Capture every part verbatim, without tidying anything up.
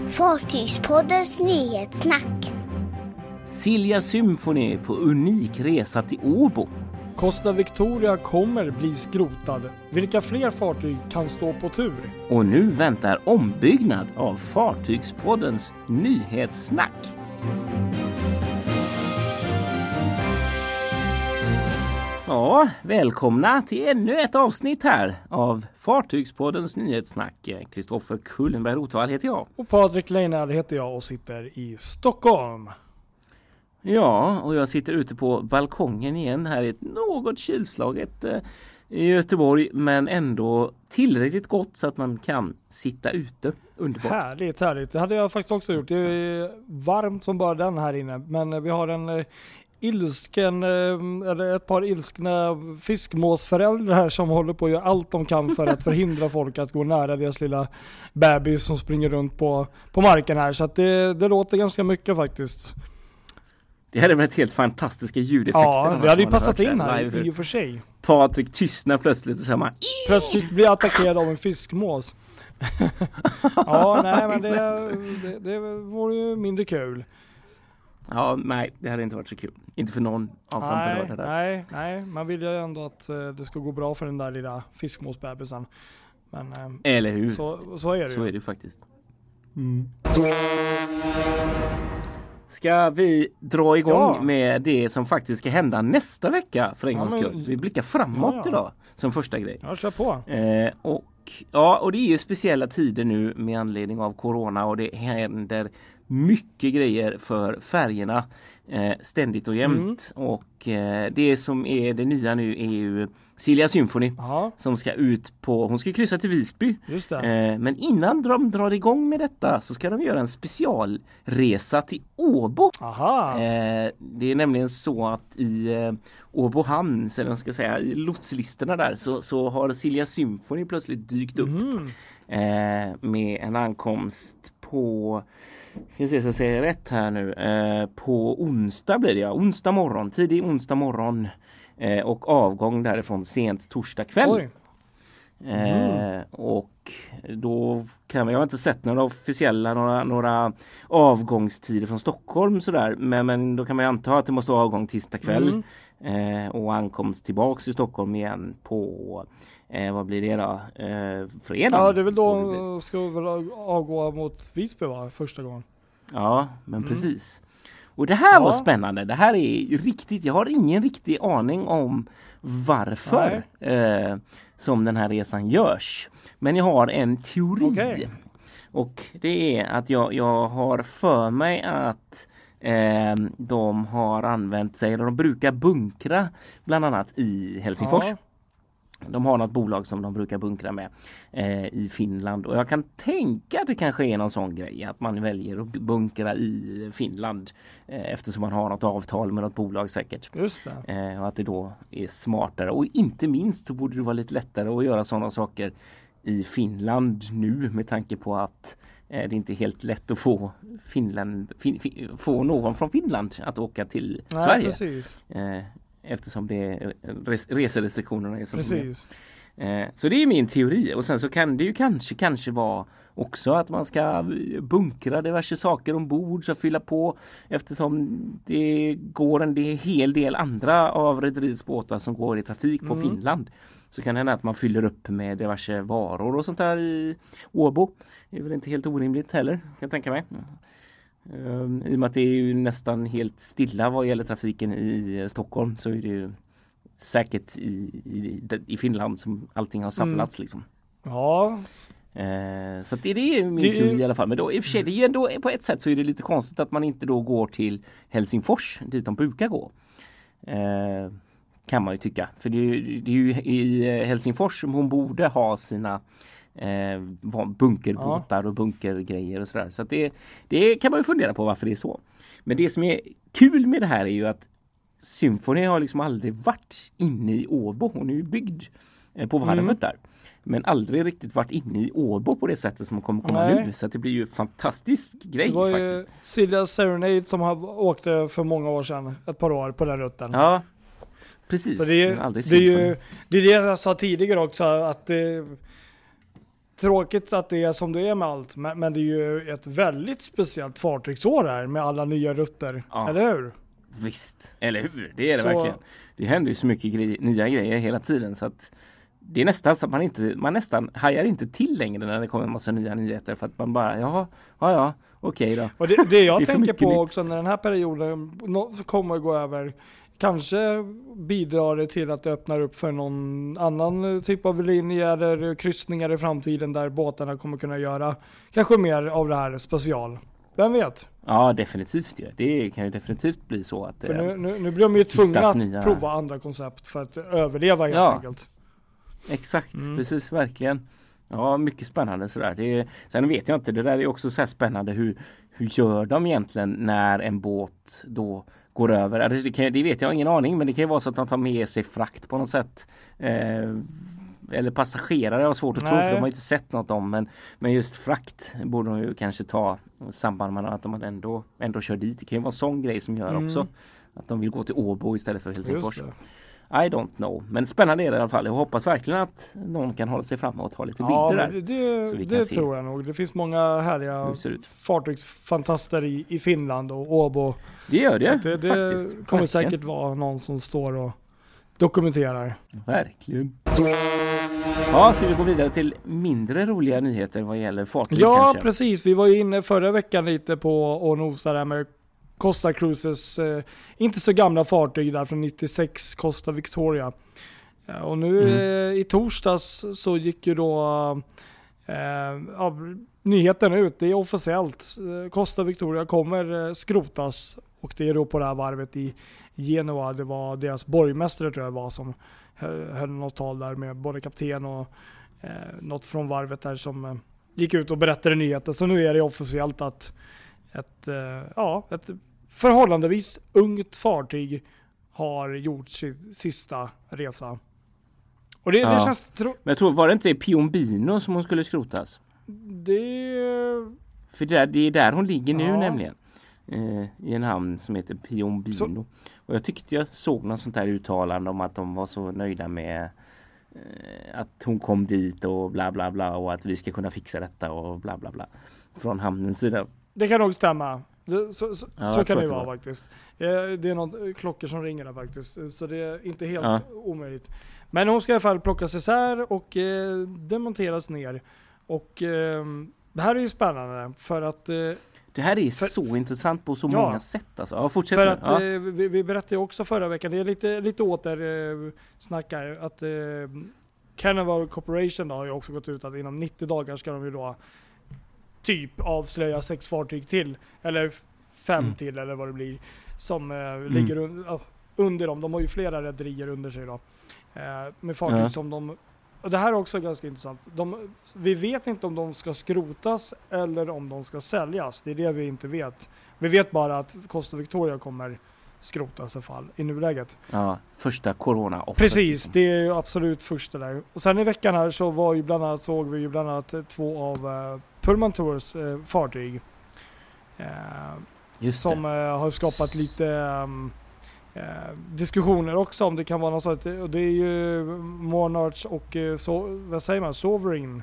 Fartygspoddens nyhetssnack. Silja Symphony på unik resa till Åbo. Costa Victoria kommer bli skrotad. Vilka fler fartyg kan stå på tur? Och nu väntar ombyggnad av Fartygspoddens nyhetssnack. Ja, välkomna till ännu ett avsnitt här av Fartygspoddens nyhetssnack. Kristoffer Kullenberg-Rotvall heter jag. Och Patrik Leinard heter jag och sitter i Stockholm. Ja, och jag sitter ute på balkongen igen här i ett något kylslaget eh, i Göteborg, men ändå tillräckligt gott så att man kan sitta ute. Underbart. Härligt, härligt. Det hade jag faktiskt också gjort. Det är varmt som bara den här inne, men vi har en eh, ilsken, eh, eller ett par ilskna fiskmåsföräldrar här som håller på att göra allt de kan för att förhindra folk att gå nära deras lilla bebis som springer runt på, på marken här. Så att det, det låter ganska mycket faktiskt. Det här är väl ett helt fantastiska ljudeffekter. Ja, det hade ju passat in här i och för sig. Patrik tystnar plötsligt och så man plötsligt blir attackerad av en fiskmås. Ja, nej, men det, det, det vore ju mindre kul. Ja, nej, det hade inte varit så kul. Inte för någon av de berörda där. Nej, nej, man vill ju ändå att det ska gå bra för den där lilla fiskmåsbebisen. Men, eller hur? Så, så är det Så ju. är det faktiskt. Mm. Ska vi dra igång ja. med det som faktiskt ska hända nästa vecka för en ja, gångs men... skull. Vi blickar framåt ja, ja. idag som första grej. Ja, kör på. Eh, och, ja, och det är ju speciella tider nu med anledning av corona och det händer mycket grejer för färgerna eh, ständigt och jämt. Mm. Och eh, det som är det nya nu är ju Silja Symphony Aha. som ska ut på, hon ska kryssa till Visby. Just det. Eh, men innan de drar igång med detta så ska de göra en specialresa till Åbo. Aha. Eh, det är nämligen så att i eh, Åbo hamn, eller jag ska säga, i lotslistorna där så, så har Silja Symphony plötsligt dykt upp mm. eh, med en ankomst på, jag ska se så jag säger rätt här nu, eh, på onsdag blir det ja, onsdag morgon, tidig onsdag morgon eh, och avgång därifrån sent torsdag kväll. Oj. Mm. Eh, och då kan man, jag har inte sett några officiella några, några avgångstider från Stockholm sådär, men, men då kan man ju anta att det måste vara avgång tisdag kväll mm. eh, och ankomst tillbaks i Stockholm igen på eh, vad blir det då? Eh, fredag. Ja, det är väl då ska vi väl avgå mot Visby va, första gången. Ja, men mm. precis. Och det här ja. var spännande. Det här är riktigt, jag har ingen riktig aning om varför eh, som den här resan görs. Men jag har en teori. Okay. Och det är att jag, jag har för mig att eh, de har använt sig, eller de brukar bunkra bland annat i Helsingfors. Ja. De har något bolag som de brukar bunkra med eh, i Finland. Och jag kan tänka att det kanske är någon sån grej. Att man väljer att bunkra i Finland. Eh, eftersom man har något avtal med något bolag säkert. Just det. Eh, och att det då är smartare. Och inte minst så borde det vara lite lättare att göra sådana saker i Finland nu. Med tanke på att eh, det inte är helt lätt att få, Finland, fin, fin, få någon från Finland att åka till Nej, Sverige. Precis. Eh, Eftersom det res- reserestriktionerna är så Precis. eh, Så det är min teori. Och sen så kan det ju kanske kanske vara också att man ska bunkra diverse saker ombord så fylla på, eftersom det går en del, hel del andra av rederiets båtar som går i trafik på mm. Finland. Så kan det hända att man fyller upp med diverse varor och sånt där i Åbo. Det är väl inte helt orimligt heller, kan jag tänka mig. Um, I och med att det är ju nästan helt stilla vad gäller trafiken i Stockholm, så är det ju säkert i, i, i Finland som allting har samlats mm. liksom. Ja. Uh, så det, det är min det... teori i alla fall. Men då, i och för sig, det är ändå, på ett sätt så är det lite konstigt att man inte då går till Helsingfors dit de brukar gå. Uh, kan man ju tycka. För det är, det är ju i Helsingfors som hon borde ha sina Eh, bunkerbåtar ja. och bunkergrejer och sådär. Så att det, det kan man ju fundera på varför det är så. Men det som är kul med det här är ju att Symphony har liksom aldrig varit inne i Åbo. Hon är ju byggd eh, på varvet mm. där. Men aldrig riktigt varit inne i Åbo på det sättet som kommer komma Nej. nu. Så att det blir ju en fantastisk grej faktiskt. Det var faktiskt. ju Silja Serenade som har åkte för många år sedan, ett par år på den rutten. Ja, precis. Så det, är, det, är ju, det är det jag sa tidigare också, att det tråkigt att det är som det är med allt, men, men det är ju ett väldigt speciellt fartygsår här med alla nya rutter, ja. Eller hur? Visst, eller hur? Det är det så... verkligen. Det händer ju så mycket grej, nya grejer hela tiden så att det är nästan så att man inte, man nästan hajar inte till längre när det kommer en massa nya nyheter för att man bara, jaha, ja ja, okej då. Och det, det jag det tänker på nytt. också när den här perioden kommer att gå över, kanske bidrar det till att det öppnar upp för någon annan typ av linje eller kryssningar i framtiden där båtarna kommer kunna göra kanske mer av det här special. Vem vet? Ja, definitivt. Ja. Det kan ju definitivt bli så att för nu, nu, nu blir de ju tvungna att nya... prova andra koncept för att överleva helt ja. enkelt. Exakt, mm. precis, verkligen. Ja, mycket spännande sådär. Det är, sen vet jag inte, det där är också så här spännande. Hur, hur gör de egentligen när en båt då går över? Det, kan, det vet jag ingen aning, men det kan ju vara så att de tar med sig frakt på något sätt. Eh, eller passagerare har svårt att Nej. tro, för de har inte sett något om. Men, men just frakt borde de ju kanske ta samband med att de ändå, ändå kör dit. Det kan ju vara en sån grej som gör mm. också. Att de vill gå till Åbo istället för Helsingfors. I don't know. Men spännande är det i alla fall. Jag hoppas verkligen att någon kan hålla sig framme och ta lite ja, bilder där. Det, så vi det kan tror se. jag nog. Det finns många härliga fartygsfantaster i, i Finland och Åbo. Det gör det, det, det faktiskt. kommer verkligen. säkert vara någon som står och dokumenterar. Verkligen. Ja, ska vi gå vidare till mindre roliga nyheter vad gäller fartyg Ja, kanske? precis. Vi var ju inne förra veckan lite på och nosade med Costa Cruises, eh, inte så gamla fartyg där från nittiosex, Costa Victoria. Ja, och nu mm. eh, i torsdags så gick ju då eh, ja, nyheten ut. Det är officiellt. Eh, Costa Victoria kommer eh, skrotas och det är då på det här varvet i Genua. Det var deras borgmästare tror jag var som höll, höll något tal där med både kapten och eh, något från varvet där som eh, gick ut och berättade nyheten. Så nu är det officiellt att Ett, ja, ett förhållandevis ungt fartyg har gjort sin sista resa. Och det, ja. det känns... Tro- Men jag tror, var det inte Piombino som hon skulle skrotas? Det... För det är, det är där hon ligger nu ja. nämligen. Eh, I en hamn som heter Piombino. Så... Och jag tyckte jag såg något sånt här uttalande om att de var så nöjda med eh, att hon kom dit och bla bla bla och att vi ska kunna fixa detta och bla bla bla. Från hamnens sida. Det kan nog stämma. Det, så så, ja, så kan det vara faktiskt. Det är någon klockor som ringer där faktiskt. Så det är inte helt ja. omöjligt. Men hon ska i alla fall plockas isär och eh, demonteras ner. Och eh, det här är ju spännande för att... Eh, det här är för, så intressant på så ja, många sätt. Alltså. Ja, fortsätt för att ja. eh, vi, vi berättade ju också förra veckan, det är lite, lite åter eh, snackar att eh, Carnival Corporation då, har ju också gått ut att inom nittio dagar ska de ju då typ avslöja sex fartyg till eller fem mm. till eller vad det blir som eh, mm. ligger un, uh, under dem. De har ju flera rederier under sig då. Eh, med fartyg ja. som de... Och det här är också ganska intressant. De, vi vet inte om de ska skrotas eller om de ska säljas. Det är det vi inte vet. Vi vet bara att Costa Victoria kommer skrotas i fall i nuläget. Ja, första corona offret. Precis, liksom. Det är ju absolut första där. Och sen i veckan här så var ju bland annat, såg vi ju bland annat två av uh, Pullman Tours uh, fartyg. Uh, Just som uh, har skapat lite um, uh, diskussioner också om det kan vara något sånt. Och det är ju Monarch och uh, so, vad säger man? Sovereign.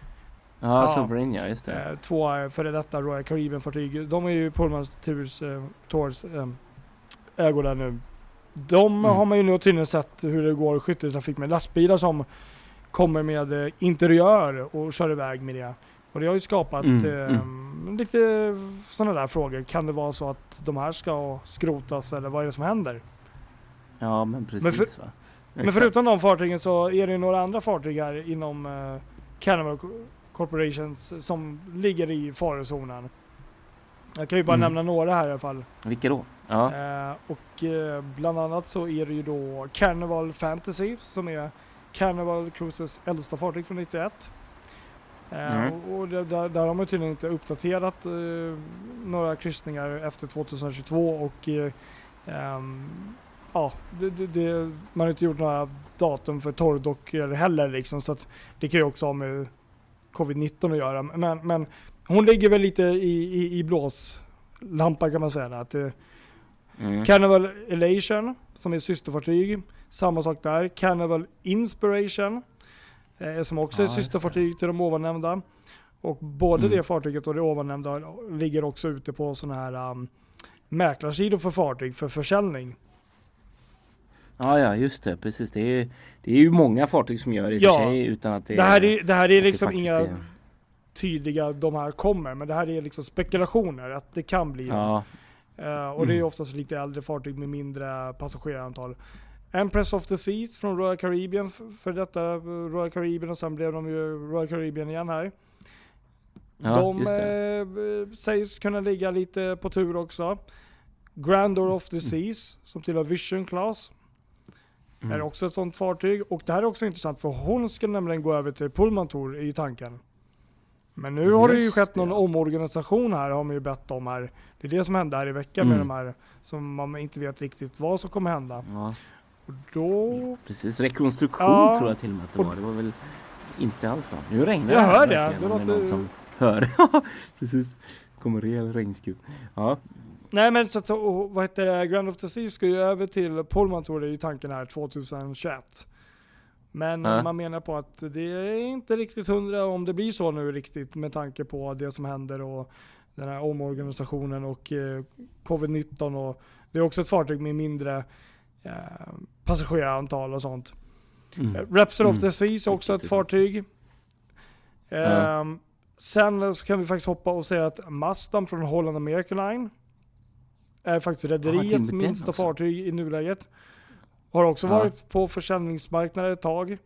Ja, ja, Sovereign, ja, just det. Uh, två före detta Royal Caribbean-fartyg. De är ju Pullman Tours, uh, Tours um, ägor där nu. De mm. har man ju nu tydligen sett hur det går skytteltrafik med lastbilar som kommer med eh, interiör och kör iväg med det. Och det har ju skapat mm. Eh, mm. lite sådana där frågor. Kan det vara så att de här ska skrotas eller vad är det som händer? Ja, men precis. Men, för, va? men förutom de fartygen så är det några andra fartyg här inom eh, Carnival Corporations som ligger i farozonen. Jag kan ju bara mm. nämna några här i alla fall. Vilka då? Ja. Eh, och eh, bland annat så är det ju då Carnival Fantasy som är Carnival Cruises äldsta fartyg från nittioett. Eh, mm. Och, och där, där har man tydligen inte uppdaterat eh, några kryssningar efter tjugohundratjugotvå och eh, eh, ja, det, det, det, man har inte gjort några datum för torrdockor heller liksom, så att det kan ju också ha med covid nitton att göra. Men, men hon ligger väl lite i, i, i blåslampa kan man säga. Att, mm. Carnival Elation som är systerfartyg. Samma sak där. Carnival Inspiration. Eh, som också Ja, är systerfartyg till de ovannämnda. Och både Mm. det fartyget och det ovannämnda ligger också ute på sådana här um, mäklarsidor för fartyg för försäljning. Ja, ja, just det. Precis. Det är, det är ju många fartyg som gör det i och Ja. för sig utan att det, Det här är, det här är att det liksom faktiskt inga är- tydliga de här kommer, men det här är liksom spekulationer att det kan bli. Ja, Uh, och det är Mm. oftast lite äldre fartyg med mindre passagerarantal. Empress of the Seas från Royal Caribbean, f- för detta Royal Caribbean, och sen blev de ju Royal Caribbean igen här. ja de just det. eh, sägs kunna ligga lite på tur också. Grandeur of the Seas som tillhör Vision Class Mm. är också ett sånt fartyg. Och det här är också intressant för hon ska nämligen gå över till Pullman Tour i tanken. Men nu har det ju Just skett någon det. omorganisation här, har man ju bett om här. Det är det som hände här i veckan Mm. med de här som man inte vet riktigt vad som kommer hända. Ja, Och då... precis. Rekonstruktion Ja. tror jag till och med att det Och- var. Det var väl inte alls bra. Nu regnar Jag här hör det. verkligen, Det om är låter- någon som hör. Precis. Kommer rejäl regnskur. Ja, Nej men så att, och, vad heter det, Grand of the Sea ska ju över till Pullman Tour i tanken här tjugohundratjugoett. Men Ja. man menar på att det är inte riktigt hundra om det blir så nu riktigt med tanke på det som händer och den här omorganisationen och eh, covid nitton, och det är också ett fartyg med mindre eh, passagerarantal och sånt. mm. Mm. Rapsod of Mm. the Seas är också ett Riktigt fartyg. Ja. Ehm, sen så kan vi faktiskt hoppa och säga att Mastam från Holland American Line är faktiskt Ja, till rederiets den minsta också. fartyg i nuläget. Har också Ja. varit på försäljningsmarknaden ett tag.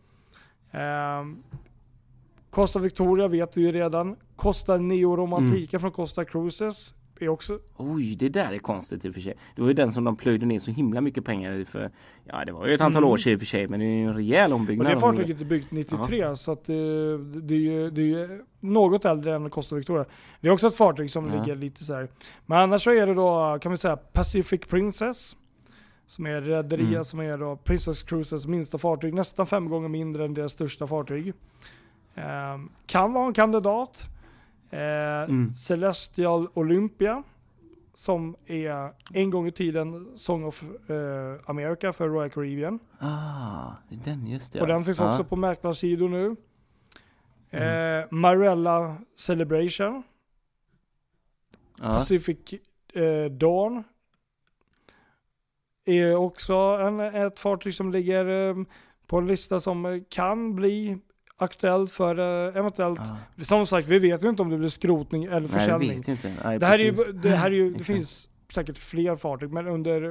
Ehm, Costa Victoria vet vi ju redan. Costa Neo Romantica Mm. från Costa Cruises är också... Oj, det där är konstigt i och för sig. Det var ju den som de plöjde ner så himla mycket pengar i för, ja det var ju ett antal Mm. år sedan i och för sig, men det är ju en rejäl Och ombyggnad. det de fartyget är byggt nittiotre, så att det, det, är ju, det är ju något äldre än Costa Victoria. Det är också ett fartyg som Ja. ligger lite så här. Men annars så är det då, kan vi säga, Pacific Princess. Som är rederiet Mm. som är då Princess Cruises minsta fartyg. Nästan fem gånger mindre än deras största fartyg. Ehm, kan vara en kandidat. Ehm, Mm. Celestial Olympia. Som är en gång i tiden Song of eh, America för Royal Caribbean. Ah, det är den just det. Och den finns ja. också på mäklarsidor nu. Mm. Eh, Marella Celebration. Ja. Pacific eh, Dawn. Är också en, ett fartyg som ligger eh, på en lista som kan bli aktuellt för eh, eventuellt. Ah. Som sagt, vi vet ju inte om det blir skrotning eller Nej, det försäljning. vet jag inte. Nej, Det här är ju, precis. det här är ju, det Exakt. finns säkert fler fartyg, men under,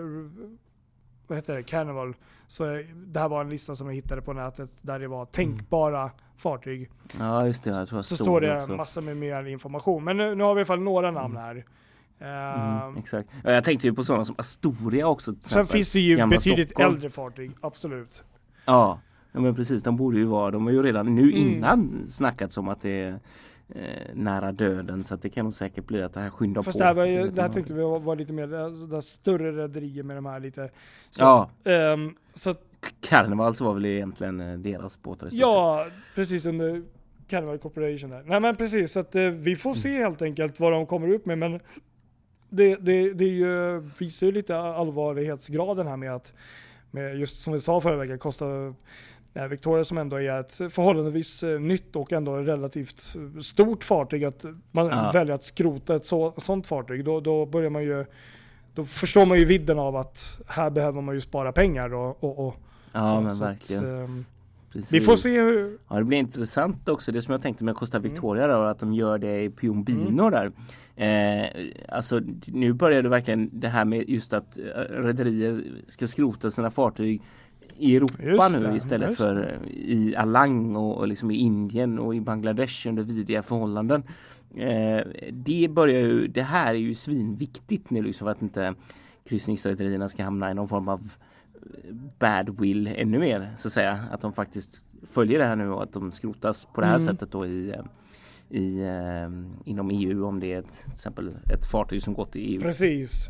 vad heter det, Carnival, så är, det här var en lista som jag hittade på nätet där det var tänkbara fartyg. Ja, just det. Jag tror jag Så såg står det också. massor med mer information. Men nu, nu har vi i alla fall några namn här. Mm, Ehm, exakt. Ja, jag tänkte ju på sådana som Astoria också. till sen exempel. finns det ju Gamla betydligt Stockholm. äldre fartyg, absolut. Ja, ja, men precis. De borde ju vara. De har ju redan nu Mm. innan snackats om att det är eh, nära döden. Så att det kan nog säkert bli att det här skyndar Fast på. det här, var ju, Jag vet det här inte. tänkte vi var, var lite mer alltså, det här större rederier med de här lite. Så, Ja, ehm, så att, Carnivals var väl egentligen eh, deras båtar i stort ja, precis under Carnival Corporation där. Nej men precis, så att eh, vi får se helt enkelt vad de kommer upp med. Men det, det, det är ju, visar ju lite allvarlighetsgraden här med att, med just som vi sa förra veckan, Costa eh, Victoria som ändå är ett förhållandevis eh, nytt och ändå relativt eh, stort fartyg, att man Ja. väljer att skrota ett så, sånt fartyg. Då, då börjar man ju, då förstår man ju vidden av att här behöver man ju spara pengar och, och, och Ja, så, men så att, verkligen. ehm, Precis. vi får se hur... Ja, det blir intressant också. Det som jag tänkte med Costa Victoria då, att de gör det i Piombino Mm. där. Eh, alltså nu börjar det verkligen det här med just att eh, rederier ska skrota sina fartyg i Europa Just nu det, istället just för det. eh, i Alang och, och liksom i Indien och i Bangladesh under vidriga förhållanden. Eh, det börjar ju, det här är ju svinviktigt nu liksom, för att inte kryssningsrederierna ska hamna i någon form av bad will ännu mer, så att säga, att de faktiskt följer det här nu och att de skrotas på det här Mm. sättet då i, i eh, inom E U, om det är ett, till exempel ett fartyg som gått i E U. Precis.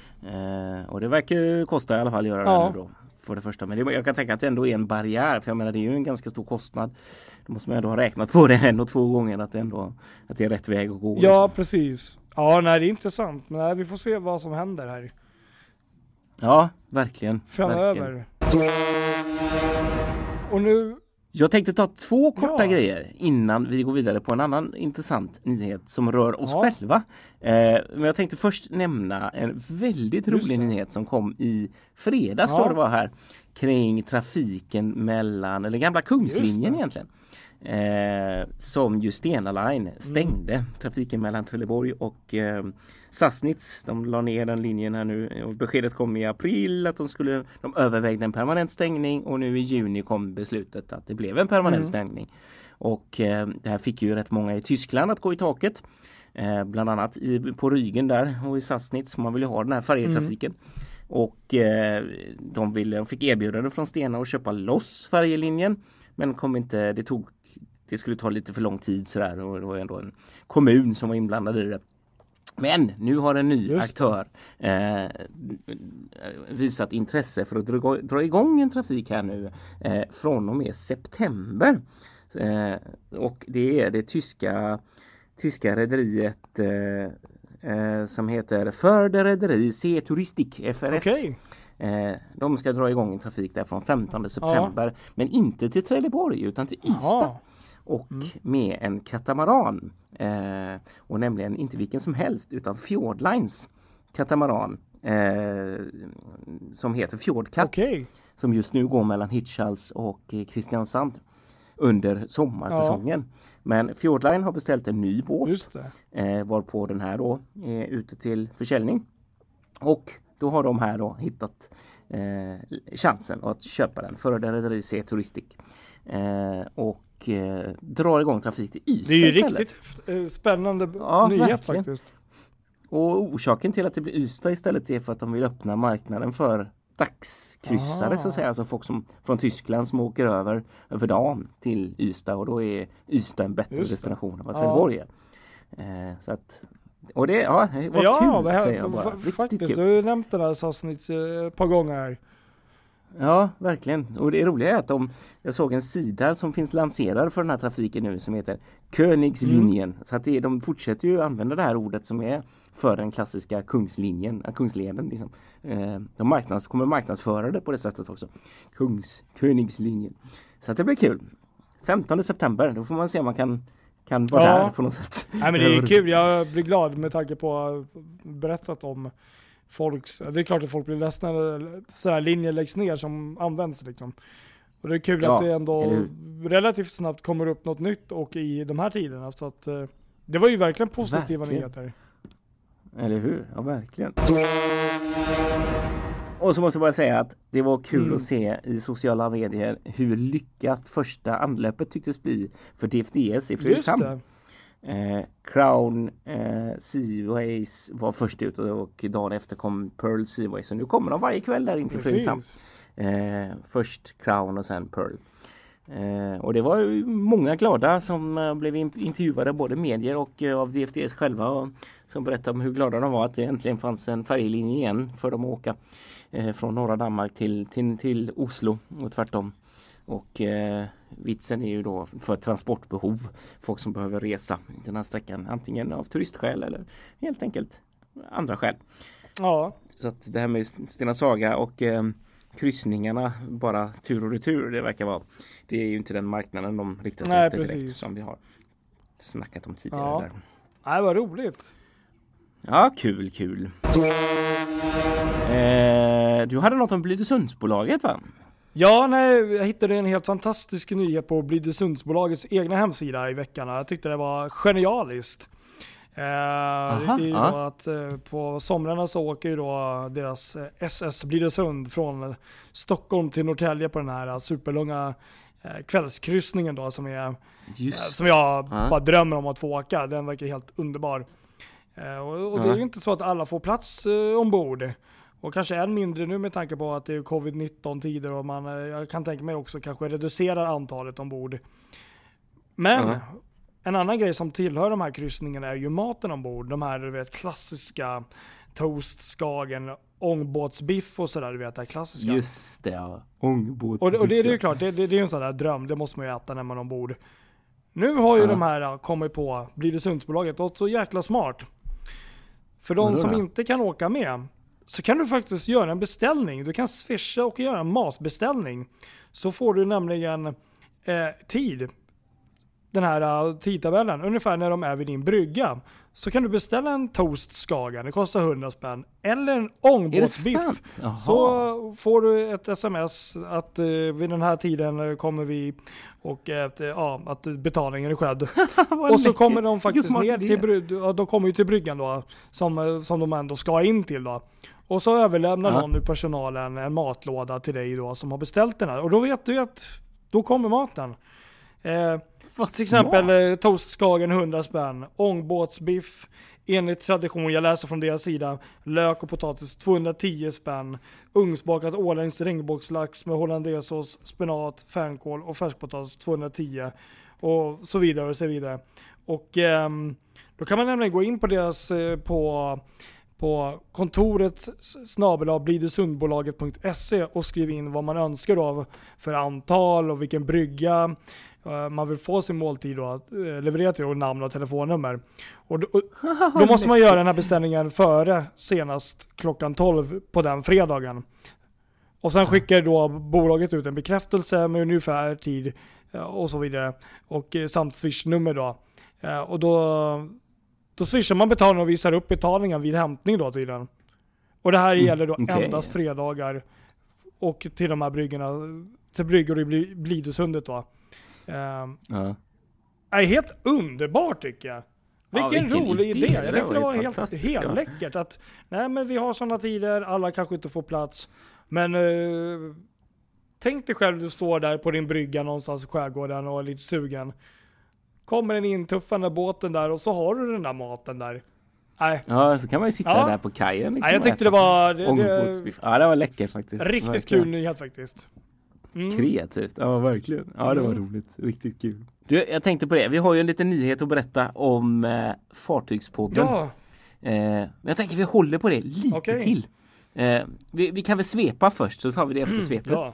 Eh, och det verkar ju kosta i alla fall göra Ja. det nu då, för det första. Men det, jag kan tänka att det ändå är en barriär, för jag menar det är ju en ganska stor kostnad. Då måste man ändå ha räknat på det en och två gånger, att det ändå att det är rätt väg att gå. Ja, liksom. precis. Ja, nej, det är intressant. Men nej, vi får se vad som händer här Ja, verkligen. framöver. Verkligen. Och nu Jag tänkte ta två korta Ja. grejer innan vi går vidare på en annan intressant nyhet som rör oss Ja. själva. Eh, men jag tänkte först nämna en väldigt Just rolig det. nyhet som kom i fredags, Ja. tror jag det var här, kring trafiken mellan, eller gamla Kungslinjen Just det. egentligen. Eh, som ju Stena Line stängde Mm. trafiken mellan Trelleborg och eh, Sassnitz. De la ner den linjen här nu och beskedet kom i april att de skulle, de övervägde en permanent stängning och nu i juni kom beslutet att det blev en permanent Mm. stängning. Och eh, det här fick ju rätt många i Tyskland att gå i taket. Eh, bland annat i, på Rügen där och i Sassnitz, man vill ju ha den här färjetrafiken. Och eh, de, ville, de fick erbjudande från Stena att köpa loss färjelinjen. Men kom inte, det tog det skulle ta lite för lång tid sådär, och det var ändå en kommun som var inblandad i det. Men nu har en ny Just aktör eh, visat intresse för att dra, dra igång en trafik här nu eh, från och med september. Eh, och det är det tyska, tyska rederiet eh, eh, som heter Förderederi C Touristik F R S. Okej. Eh, de ska dra igång en trafik där från femtonde september, men inte till Trelleborg utan till Ystad. Jaha. Och med en katamaran. Eh, och nämligen inte vilken som helst utan Fjordlines katamaran. Eh, som heter Fjordkatt. Okej. Som just nu går mellan Hirtshals och eh, Kristiansand under sommarsäsongen. Men Fjordline har beställt en ny båt. Just det. Eh, varpå den här då är ute till försäljning. Och då har de här då hittat eh, chansen att köpa den för Rederi C Touristik. Eh, och eh, drar igång trafik till Ystad Det är ju istället. riktigt eh, spännande Ja, nyhet verkligen. faktiskt. Och orsaken till att det blir Ystad istället är för att de vill öppna marknaden för dagskryssare, Ah. så att säga. Alltså folk som, från Tyskland som åker över över dagen till Ystad, och då är Ystad en bättre Just det. destination än vad Ja. Trelleborg är. Eh, så att, och det, ja, det var Ja, kul, det här, säger jag bara. fa- Riktigt faktiskt. kul. Du har ju nämnt den här Sassnitz eh, ett par gånger här. Ja, verkligen. Och det roliga är att de, jag såg en sida som finns lanserad för den här trafiken nu som heter Königslinjen. Mm. Så att det, de fortsätter ju använda det här ordet som är för den klassiska Kungslinjen, äh, Kungsleden liksom. Eh, de marknads, kommer marknadsföra det på det sättet också. Kungs, Königslinjen. Så att det blir kul. femtonde september, då får man se om man kan, kan vara Ja. där på något sätt. Nej, men det är kul, jag blir glad med tanke på att ha berättat om folks, det är klart att folk blir ledsna när sådana här linjer läggs ner som används liksom. Och det är kul Ja, att det ändå eller relativt snabbt kommer upp något nytt och i de här tiderna. Så att eh, det var ju verkligen positiva Verkligen. nyheter. Eller hur? Ja, verkligen. Och så måste jag bara säga att det var kul Mm. att se i sociala medier hur lyckat första anlöpet tycktes bli för D F D S i Just Fredrikshamn. det. Eh, Crown eh, Seaways var först ut, och, och dagen efter kom Pearl Seaways. Så nu kommer de varje kväll där in till Fredrikshamn. Precis. Eh, först Crown och sen Pearl. Eh, och det var ju många glada som eh, blev in- intervjuade, både medier och eh, av D F D S själva, och, som berättade om hur glada de var att det äntligen fanns en färjelinje igen för dem att åka eh, från norra Danmark till, till, till Oslo och tvärtom. Och eh, vitsen är ju då för transportbehov, folk som behöver resa den här sträckan antingen av turistskäl eller helt enkelt andra skäl. Ja, Så att det här med Stena Saga och eh, kryssningarna bara tur och retur, det verkar vara, det är ju inte den marknaden de riktar sig Nej, efter direkt, precis. som vi har snackat om tidigare Ja. där. nej, vad roligt. Ja, kul, kul. Eh, du hade något om Blidösundsbolaget, va? Ja, nej, jag hittade en helt fantastisk nyhet på Blidösundsbolagets egna hemsida i veckan. Jag tyckte det var genialiskt. Eh, Aha, det är ju ja. då att eh, på somrarna så åker ju då deras eh, S S Blidösund från eh, Stockholm till Norrtälje på den här eh, superlånga eh, kvällskryssningen då, som är Just. som jag Ja. bara drömmer om att få åka. Den verkar helt underbar. Eh, och och det Ja. är ju inte så att alla får plats eh, ombord. Och kanske än mindre nu med tanke på att det är covid nitton tider och man, eh, jag kan tänka mig också kanske reducerar antalet ombord. Men Ja. en annan grej som tillhör de här kryssningarna är ju maten ombord. De här, du vet, klassiska toast, skagen, ångbåtsbiff och sådär, du vet, det här klassiska. Just det, ja. Ångbåt. Och, det- och det är ju klart, det, det, det är ju en sån där dröm, det måste man ju äta när man är ombord. Nu har ju Ja. de här kommit på Blidösundsbolaget och så jäkla smart. För de Vadå som då? inte kan åka med så kan du faktiskt göra en beställning. Du kan swisha och göra en matbeställning. Så får du nämligen eh, tid, den här uh, tidtabellen, ungefär när de är vid din brygga, så kan du beställa en toast Skagen, det kostar hundra spänn, eller en ångbåtsbiff. Så får du ett sms att uh, vid den här tiden kommer vi och uh, ja, att betalningen är skedd. Och så kommer de faktiskt ner till bry- de kommer ju till bryggan då, som, som de ändå ska in till då. Och så överlämnar ja. någon ur personalen en matlåda till dig då som har beställt den här. Och då vet du att då kommer maten. Eh, till exempel eh, toast Skagen hundra spänn, ångbåtsbiff enligt tradition, jag läser från deras sida, lök och potatis tvåhundratio spänn, ugnsbakat ålängs regnbågslax med hollandaisesås, spenat, fänkål och färskpotatis tvåhundratio och så vidare och så vidare. Och eh, då kan man nämligen gå in på deras eh, på på kontoret snabel-a blidösundbolaget punkt se och skriva in vad man önskar av för antal och vilken brygga uh, man vill få sin måltid då, att uh, leverera till, och namn och telefonnummer. Och då, och, då måste man göra den här beställningen före senast klockan tolv på den fredagen. Och sen skickar då bolaget ut en bekräftelse med ungefär tid uh, och så vidare. Och uh, samt swishnummer då. Uh, och då Då swishar man betalningen och visar upp betalningen vid hämtning då tydligen. Och det här mm, gäller då okay. endast fredagar och till de här bryggorna, till bryggor i Blidösundet då. Uh, uh. är helt underbart tycker jag. Vilken, ja, vilken rolig idé. idé. Jag tycker det var helt, helt ja. läckert att nej men vi har sådana tider, alla kanske inte får plats. Men uh, tänk dig själv, du står där på din brygga någonstans i skärgården och är lite sugen. Kommer en intuffande båten där och så har du den där maten där. Nej. Ja, så kan man ju sitta ja. där på kajen. Liksom, Nej, jag tyckte det var... Det, det, ja, det var läckert faktiskt. Riktigt verkligen. kul nyhet faktiskt. Mm. Kreativt, ja verkligen. Ja, det var mm. roligt. Riktigt kul. Du, jag tänkte på det. Vi har ju en liten nyhet att berätta om eh, Fartygspodden. Ja. Eh, men jag tänker vi håller på det lite okay. till. Eh, vi, vi kan väl svepa först, så tar vi det efter svepet. Ja.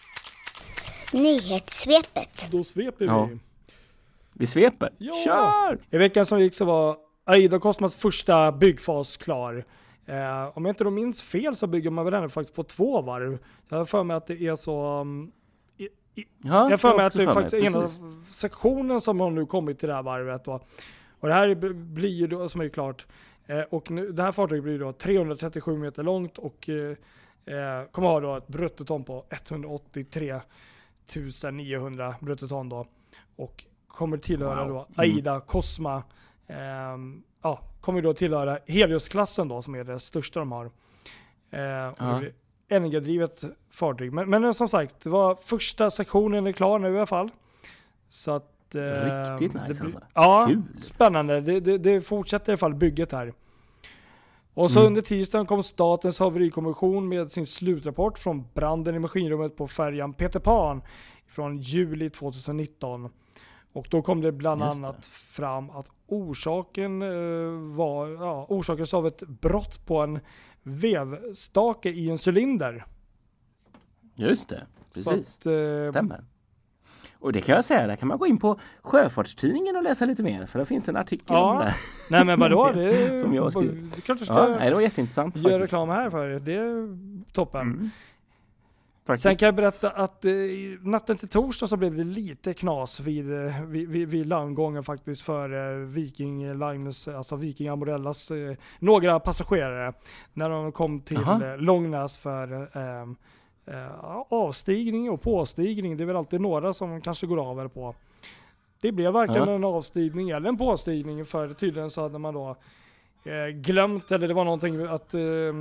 Nyhetssvepet. Då sveper vi. Ja. Vi sveper. Ja. Kör! I veckan som gick så var Aida Cosmas första byggfas klar. Eh, om jag inte då minns fel så bygger man väl den faktiskt på två varv. Jag har för mig att det är så... Um, i, i, ja, jag har för mig att det är faktiskt ena sektionen som har nu kommit till det här varvet. Då. Och det här blir ju då, som är klart, eh, och nu, det här fartyget blir då trehundratrettiosju meter långt och eh, kommer ha då ett bruttoton på etthundraåttiotre tusen niohundra bruttoton då. Och kommer tillhöra wow. då Aida Cosma. Eh, ja, kommer då tillhöra Helios-klassen då, som är det största de har. Eh, och ja. det blir N G-drivet fartyg. Men, men som sagt, det var första sektionen är klar nu i alla fall. Så att... Eh, Riktigt nice blir, alltså. Ja, Kul. Spännande. Det, det, det fortsätter i alla fall bygget här. Och så mm. under tisdagen kom Statens haverikommission med sin slutrapport från branden i maskinrummet på färjan Peter Pan från juli tjugonitton. Och då kom det bland annat fram att orsaken eh, var ja, orsakades av ett brott på en vevstake i en cylinder. Just det, precis. Att, eh, stämmer. Och det kan jag säga, där kan man gå in på Sjöfartstidningen och läsa lite mer, för där finns en artikel ja. om det. Nej men vadå? Det, som jag har skrivit. Det är klart du ska ja, nej, det var jätteintressant göra faktiskt. reklam här för det. Det är toppen. Mm. Faktiskt. Sen kan jag berätta att eh, natten till torsdag så blev det lite knas vid, vid, vid, vid landgången faktiskt för eh, Viking Lines, alltså Viking Amorellas eh, några passagerare när de kom till eh, Långnäs för eh, eh, avstigning och påstigning. Det är väl alltid några som kanske går av eller på. Det blev varken Aha. en avstigning eller en påstigning, för tydligen så hade man då eh, glömt, eller det var någonting att eh,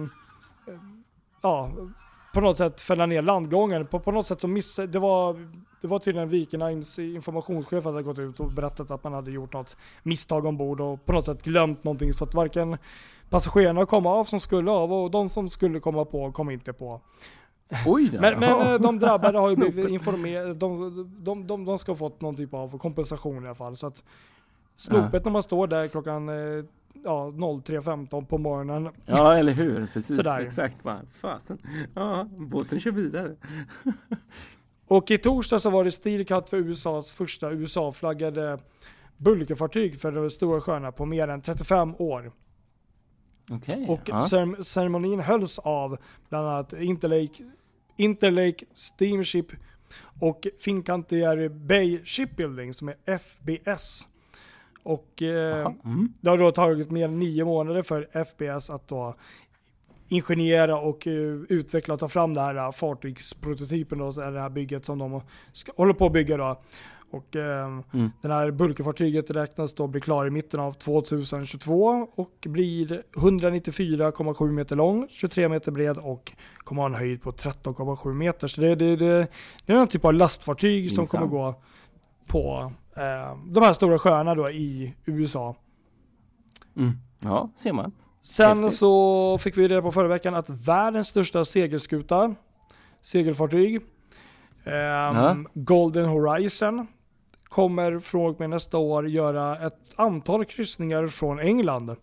ja på något sätt fälla ner landgången. På, på något sätt så missade, det var, det var tydligen Viking Lines informationschef hade gått ut och berättat att man hade gjort något misstag ombord och på något sätt glömt någonting, så att varken passagerarna kom av som skulle av och de som skulle komma på kom inte på. Oj då. Men, men de drabbade har ju blivit informerade, de, de, de, de ska ha fått någon typ av kompensation i alla fall. Så att snopet ja. när man står där klockan ja, tre femton på morgonen. Ja, eller hur? Precis, sådär. Exakt. Bara, fasen. Ja, båten kör vidare. Och i torsdag så var det Steelcut för U S A:s första U S A-flaggade bulkerfartyg för de stora sjöarna på mer än trettiofem år. Okay, och ja. ceremonin hölls av bland annat Interlake, Interlake Steamship Och Fincantieri Bay Shipbuilding som är F B S. Och eh, mm. det har då tagit mer än nio månader för F B S att då ingenjera och uh, utveckla och ta fram det här uh, fartygsprototypen då, så är det här bygget som de ska, håller på att bygga då. Och uh, mm. den här bulkerfartyget räknas då bli klar i mitten av tjugohundratjugotvå och blir etthundranittiofyra komma sju meter lång, tjugotre meter bred och kommer ha en höjd på tretton komma sju meter. Så det, det, det, det är en typ av lastfartyg mm, som kommer gå på uh, de här stora sjöarna då i U S A. Mm. Ja, ser man. Sen Häftigt. Så fick vi reda på förra veckan att världens största segelskuta, segelfartyg, eh, ja. Golden Horizon, kommer från med nästa år göra ett antal kryssningar från England.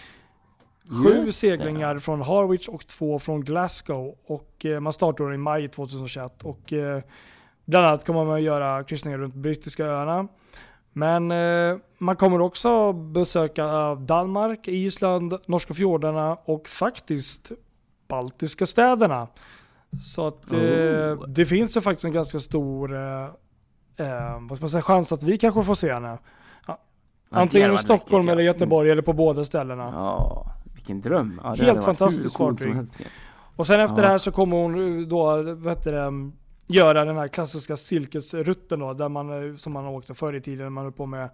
Sju seglingar från Harwich och två från Glasgow. Och eh, man startar i maj tjugohundratjugoett. Och eh, bland annat kommer man göra kryssningar runt brittiska öarna. Men eh, man kommer också besöka Danmark, Island, norska fjordarna och faktiskt baltiska städerna. Så att eh, oh. det finns ju faktiskt en ganska stor eh, eh, vad ska man säga, chans att vi kanske får se henne. Ja. Antingen i Stockholm eller Göteborg mm. eller på båda ställena. Ja, vilken dröm. Ja, helt fantastiskt fartyg. Och sen efter ja. det här så kommer hon då, vad heter det, göra den här klassiska silkesrutten då, där man, som man åkte förr i tiden när man höll på med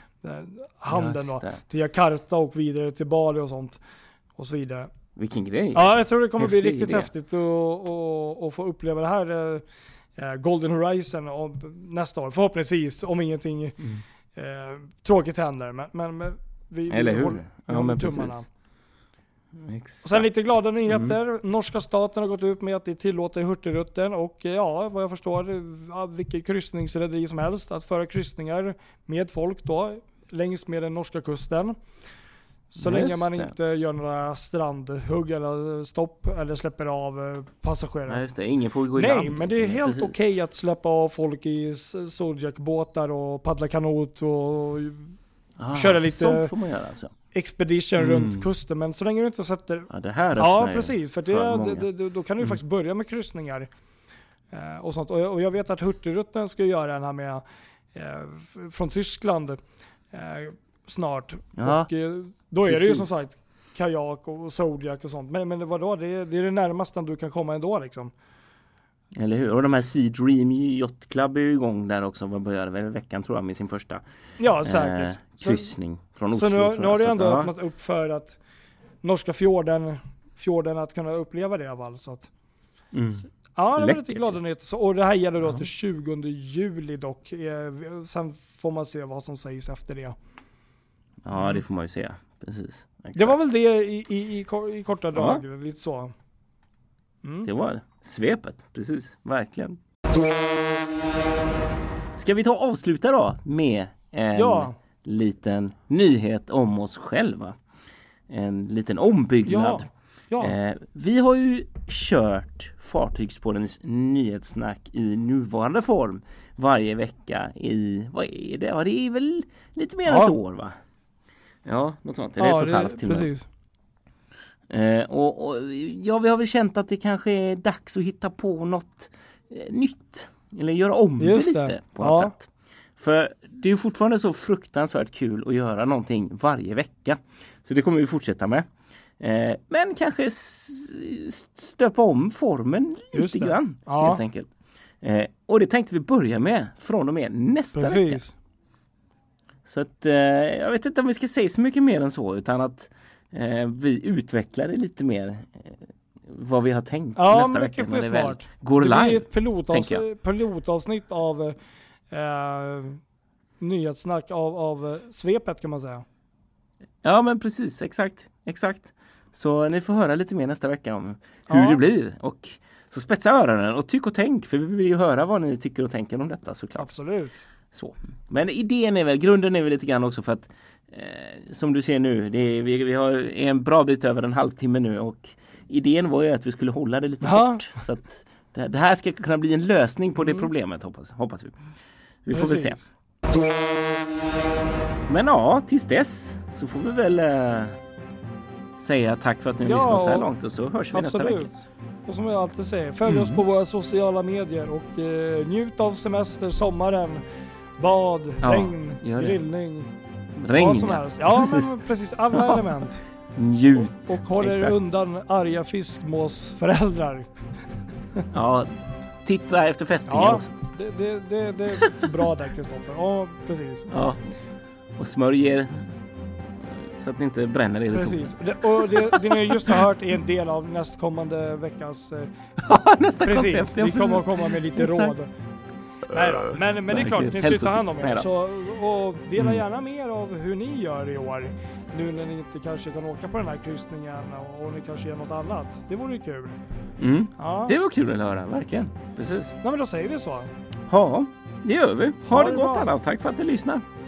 handeln då, till Jakarta och vidare till Bali och sånt och så vidare. Vilken grej. Ja, jag tror det kommer Häftig bli riktigt idé. häftigt att få uppleva det här eh, Golden Horizon och nästa år. Förhoppningsvis, om ingenting mm. eh, tråkigt händer. Men, men, men vi, Eller vi hur? håller, vi ja, håller men tummarna. Precis. Exakt. Och sen lite glada nyheter. Mm. Norska staten har gått ut med att det tillåter Hurtigruten och ja, vad jag förstår, vilket kryssningsrederi som helst att föra kryssningar med folk då längs med den norska kusten. Så Just länge man det. inte gör några strandhugg eller stopp eller släpper av passagerare. Ja, just det. Ingen får gå i Nej, land, men det är helt okej okay att släppa av folk i Zodiac-båtar och paddla kanot och ah, köra lite sånt får man göra alltså. expedition mm. runt kusten. Men så länge du inte sätter... Ja, det här ja precis. För, det, för det, det, då kan du mm. faktiskt börja med kryssningar. Eh, och sånt. Och jag, och jag vet att Hurtigruten ska göra den här med eh, från Tyskland eh, snart. Ja, och eh, då är precis. det ju som sagt kajak och Zodiac och sånt. Men, men vadå? Det är, det är det närmaste du kan komma ändå liksom. Eller hur? Och de här Sea Dream Yacht Club är ju igång där också. Vad började väl veckan tror jag med sin första ja, säkert. Eh, kryssning så, från Oslo. Så nu, nu har det ändå att, öppnat ja. upp för att norska fjorden, fjorden att kunna uppleva det av allt. Så att, mm. så, ja, det är lite glada nyheter. Och det här gäller då ja. till tjugonde juli dock. Eh, sen får man se vad som sägs efter det. Ja, det får man ju se. Precis. Exakt. Det var väl det i, i, i, i korta drag. Ja. Lite så. Mm. Det var svepet, precis, verkligen. Ska vi ta och avsluta då med en ja. liten nyhet om oss själva. En liten ombyggnad. Ja. Ja. Eh, vi har ju kört Fartygspoddens nyhetssnack i nuvarande form varje vecka i, vad är det? Ja, det är väl lite mer än ja. ett år va? Ja, något sånt. Eller ja, ett och ett halvt till precis. Eh, och, och ja, vi har väl känt att det kanske är dags att hitta på något eh, nytt. Eller göra om det Just lite det. på något ja. sätt. För det är ju fortfarande så fruktansvärt kul att göra någonting varje vecka. Så det kommer vi fortsätta med. Eh, men kanske s- stöpa om formen lite grann. Ja. Helt enkelt. Eh, och det tänkte vi börja med från och med nästa Precis. vecka. Så att eh, jag vet inte om vi ska säga så mycket mer än så. Utan att Eh, vi utvecklar det lite mer eh, vad vi har tänkt ja, nästa vecka när det väl går det live. Det blir ett pilotavs- pilotavsnitt av eh, nyhetssnack av, av svepet kan man säga. Ja men precis, exakt, exakt. Så ni får höra lite mer nästa vecka om hur ja. det blir. Och så spetsa öronen och tyck och tänk, för vi vill ju höra vad ni tycker och tänker om detta såklart. Absolut. Så. Men idén är väl, grunden är väl lite grann också för att Eh, som du ser nu, det är, vi, vi har en bra bit över en halvtimme nu och idén var ju att vi skulle hålla det lite ja. kort. Så att det, det här ska kunna bli en lösning på det mm. problemet hoppas, hoppas vi. Vi får Precis. väl se. Men ja, tills dess så får vi väl eh, säga tack för att ni ja, lyssnar så här långt och så hörs vi absolut. nästa vecka. Och som jag alltid säger, följ Mm. oss på våra sociala medier och eh, njut av semester, sommaren, bad, Ja, regn, gör det. grillning, Regn. vad som helst. Ja, Precis. men precis alla Ja. element. Njut. Och håll er Exakt. undan arga fiskmåsföräldrar. Ja, titta efter fästingar Ja, också. det, det, det, det är bra där, Kristoffer. Ja, precis. Ja. Och smörj er så att ni inte bränner er i solen. Precis. Det, och det, det ni just har hört är en del av nästkommande veckas... Eh, Ja, nästa precis, koncept. ja, vi kommer att precis. komma med lite Exakt. råd. Nej då, men, men det är klart, ni ska ju ta hand om er. Hälsotips. Så, och dela Mm. gärna mer av hur ni gör i år. Nu när ni inte kanske kan åka på den här kryssningen och, och ni kanske gör något annat. Det vore ju kul. Mm. Ja, Det var kul att höra, verkligen. Precis. Nej, men då säger vi så. Ja, det gör vi. Ha, Ha det det gott bra. alla och tack för att ni lyssnar.